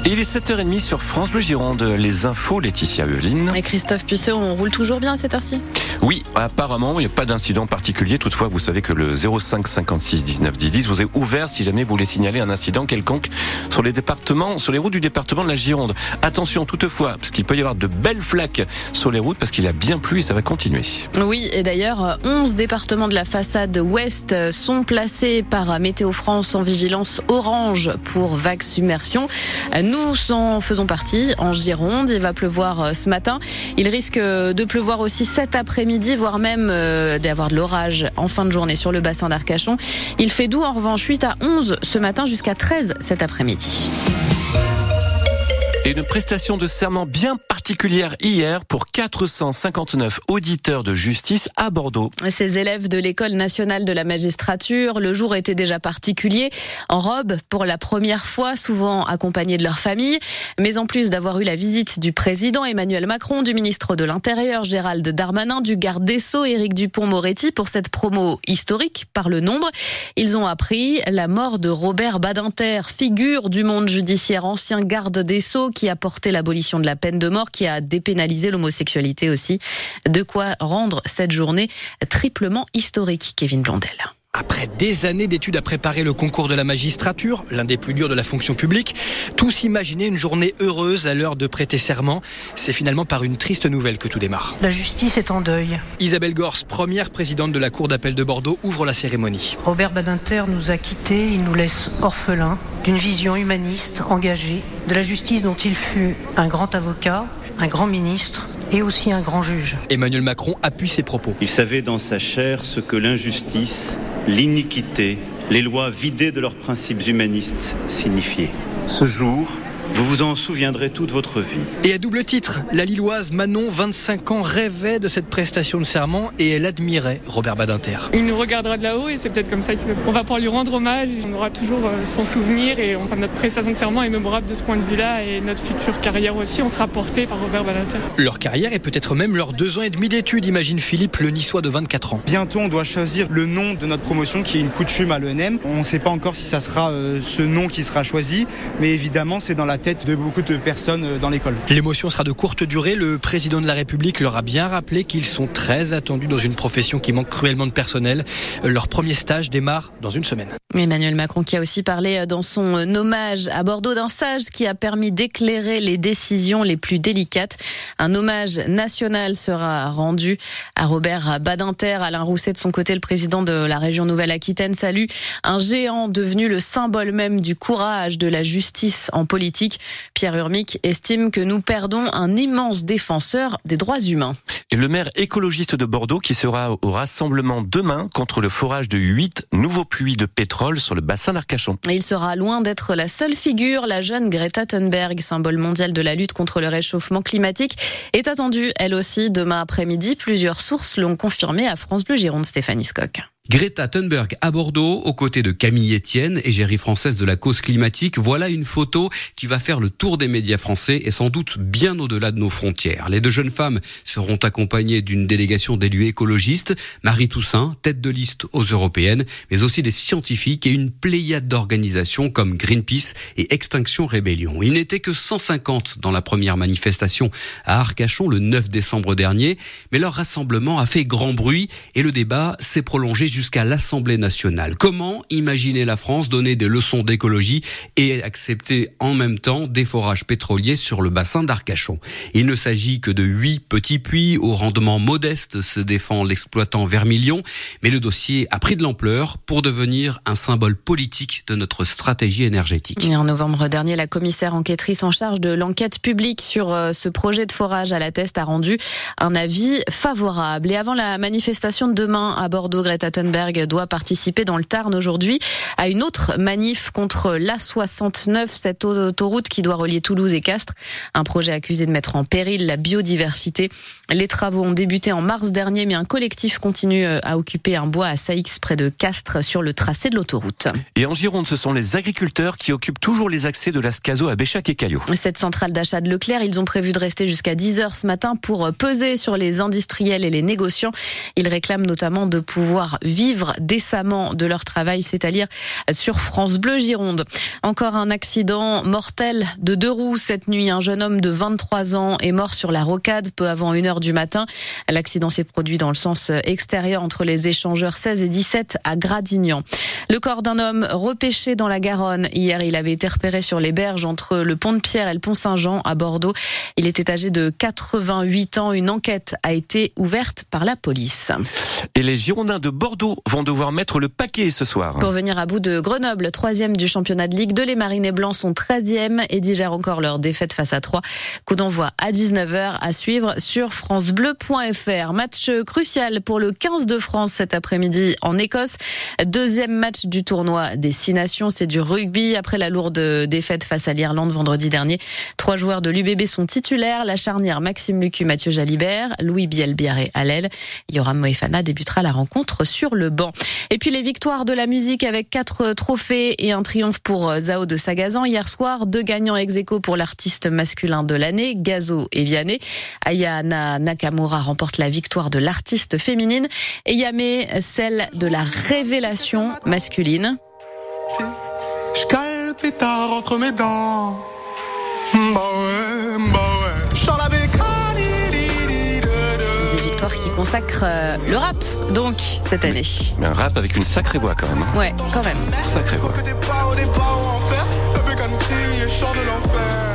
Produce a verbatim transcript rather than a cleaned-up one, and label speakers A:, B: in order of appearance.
A: Et il est sept heures trente sur France Bleu Gironde. Les infos, Laetitia Euline.
B: Et Christophe Puceau, on roule toujours bien à cette heure-ci ?
A: Oui, apparemment, il n'y a pas d'incident particulier. Toutefois, vous savez que le zéro cinq cinquante-six dix-neuf dix dix vous est ouvert si jamais vous voulez signaler un incident quelconque sur les départements, sur les routes du département de la Gironde. Attention toutefois, parce qu'il peut y avoir de belles flaques sur les routes parce qu'il a bien plu et ça va continuer.
B: Oui, et d'ailleurs, onze départements de la façade ouest sont placés par Météo France en vigilance orange pour vagues submersion. Nous en faisons partie en Gironde. Il va pleuvoir ce matin. Il risque de pleuvoir aussi cet après-midi, voire même d'avoir de l'orage en fin de journée sur le bassin d'Arcachon. Il fait doux en revanche, huit à onze ce matin jusqu'à treize cet après-midi.
A: Et une prestation de serment bien particulière hier pour quatre cent cinquante-neuf auditeurs de justice à Bordeaux.
B: Ces élèves de l'École nationale de la magistrature, le jour était déjà particulier, en robe pour la première fois, souvent accompagnés de leur famille. Mais en plus d'avoir eu la visite du président Emmanuel Macron, du ministre de l'Intérieur Gérald Darmanin, du garde des Sceaux Éric Dupond-Moretti pour cette promo historique par le nombre, ils ont appris la mort de Robert Badinter, figure du monde judiciaire, ancien garde des Sceaux qui a porté l'abolition de la peine de mort, qui a dépénalisé l'homosexualité aussi. De quoi rendre cette journée triplement historique, Kevin Blondel.
C: Après des années d'études à préparer le concours de la magistrature, l'un des plus durs de la fonction publique, tous imaginaient une journée heureuse à l'heure de prêter serment. C'est finalement par une triste nouvelle que tout démarre.
D: La justice est en deuil.
C: Isabelle Gors, première présidente de la Cour d'appel de Bordeaux, ouvre la cérémonie.
D: Robert Badinter nous a quittés, il nous laisse orphelins d'une vision humaniste, engagée, de la justice dont il fut un grand avocat, un grand ministre et aussi un grand juge.
C: Emmanuel Macron appuie ses propos.
E: Il savait dans sa chair ce que l'injustice, l'iniquité, les lois vidées de leurs principes humanistes signifiaient. Ce jour, vous vous en souviendrez toute votre vie.
C: Et à double titre, la Lilloise Manon, vingt-cinq ans, rêvait de cette prestation de serment et elle admirait Robert Badinter.
F: Il nous regardera de là-haut et c'est peut-être comme ça qu'on va pouvoir lui rendre hommage. On aura toujours son souvenir et enfin, notre prestation de serment est mémorable de ce point de vue-là et notre future carrière aussi, on sera porté par Robert Badinter.
C: Leur carrière et peut-être même leurs deux ans et demi d'études, imagine Philippe, le niçois de vingt-quatre ans.
G: Bientôt, on doit choisir le nom de notre promotion qui est une coutume à l'E N M. On ne sait pas encore si ça sera euh, ce nom qui sera choisi, mais évidemment, c'est dans la tête de beaucoup de personnes dans l'école.
C: L'émotion sera de courte durée. Le président de la République leur a bien rappelé qu'ils sont très attendus dans une profession qui manque cruellement de personnel. Leur premier stage démarre dans une semaine.
B: Emmanuel Macron qui a aussi parlé dans son hommage à Bordeaux d'un sage qui a permis d'éclairer les décisions les plus délicates. Un hommage national sera rendu à Robert Badinter. Alain Rousset, de son côté, le président de la région Nouvelle-Aquitaine, salue un géant devenu le symbole même du courage, de la justice en politique. Pierre Urmic estime que nous perdons un immense défenseur des droits humains.
A: Et le maire écologiste de Bordeaux qui sera au rassemblement demain contre le forage de huit nouveaux puits de pétrole sur le bassin d'Arcachon.
B: Et il sera loin d'être la seule figure. La jeune Greta Thunberg, symbole mondial de la lutte contre le réchauffement climatique, est attendue elle aussi demain après-midi. Plusieurs sources l'ont confirmé à France Bleu Gironde, Stéphanie Scocq.
H: Greta Thunberg à Bordeaux, aux côtés de Camille Etienne, égérie française de la cause climatique. Voilà une photo qui va faire le tour des médias français et sans doute bien au-delà de nos frontières. Les deux jeunes femmes seront accompagnées d'une délégation d'élus écologistes, Marie Toussaint, tête de liste aux européennes, mais aussi des scientifiques et une pléiade d'organisations comme Greenpeace et Extinction Rebellion. Il n'était que cent cinquante dans la première manifestation à Arcachon le neuf décembre dernier, mais leur rassemblement a fait grand bruit et le débat s'est prolongé jusqu'à l'Assemblée nationale. Comment imaginer la France donner des leçons d'écologie et accepter en même temps des forages pétroliers sur le bassin d'Arcachon? Il ne s'agit que de huit petits puits au rendement modeste, se défend l'exploitant Vermilion, mais le dossier a pris de l'ampleur pour devenir un symbole politique de notre stratégie énergétique.
B: Et en novembre dernier, la commissaire enquêtrice en charge de l'enquête publique sur ce projet de forage à la Teste a rendu un avis favorable. Et avant la manifestation de demain à Bordeaux, Greta Thunberg doit participer dans le Tarn aujourd'hui à une autre manif contre l'A soixante-neuf, cette autoroute qui doit relier Toulouse et Castres. Un projet accusé de mettre en péril la biodiversité. Les travaux ont débuté en mars dernier, mais un collectif continue à occuper un bois à Saïx près de Castres sur le tracé de l'autoroute.
A: Et en Gironde, ce sont les agriculteurs qui occupent toujours les accès de l'Ascaso à Béchac et Caillaux.
B: Cette centrale d'achat de Leclerc, ils ont prévu de rester jusqu'à dix heures ce matin pour peser sur les industriels et les négociants. Ils réclament notamment de pouvoir vivre vivre décemment de leur travail, c'est à lire sur France Bleu Gironde. Encore un accident mortel de deux roues cette nuit. Un jeune homme de vingt-trois ans est mort sur la rocade peu avant une heure du matin. L'accident s'est produit dans le sens extérieur entre les échangeurs seize et dix-sept à Gradignan. Le corps d'un homme repêché dans la Garonne. Hier, il avait été repéré sur les berges entre le pont de Pierre et le pont Saint-Jean à Bordeaux. Il était âgé de quatre-vingt-huit ans. Une enquête a été ouverte par la police.
A: Et les Girondins de Bordeaux vont devoir mettre le paquet ce soir.
B: Pour venir à bout de Grenoble, troisième du championnat de Ligue deux, les Marinés Blancs sont treizième et digèrent encore leur défaite face à Troyes. Coup d'envoi à dix-neuf heures à suivre sur francebleu point f r. Match crucial pour le quinze de France cet après-midi en Écosse. Deuxième match du tournoi des Six Nations, c'est du rugby. Après la lourde défaite face à l'Irlande vendredi dernier, trois joueurs de l'U B B sont titulaires. La charnière Maxime Lucu, Mathieu Jalibert, Louis Bielbiaré à l'aile. Yoram Moefana débutera la rencontre sur le banc. Et puis les victoires de la musique avec quatre trophées et un triomphe pour Zao de Sagazan. Hier soir, deux gagnants ex-aequo pour l'artiste masculin de l'année, Gazo et Vianney. Ayana Nakamura remporte la victoire de l'artiste féminine et Yamé celle de la révélation masculine.
I: Je cale le pétard entre mes dents. Bah ouais, bah ouais. Chant la bécane.
B: Des victoires qui consacrent euh, le rap, donc, cette année.
A: Mais un rap avec une sacrée voix quand même.
B: Ouais, quand même.
A: Sacrée voix.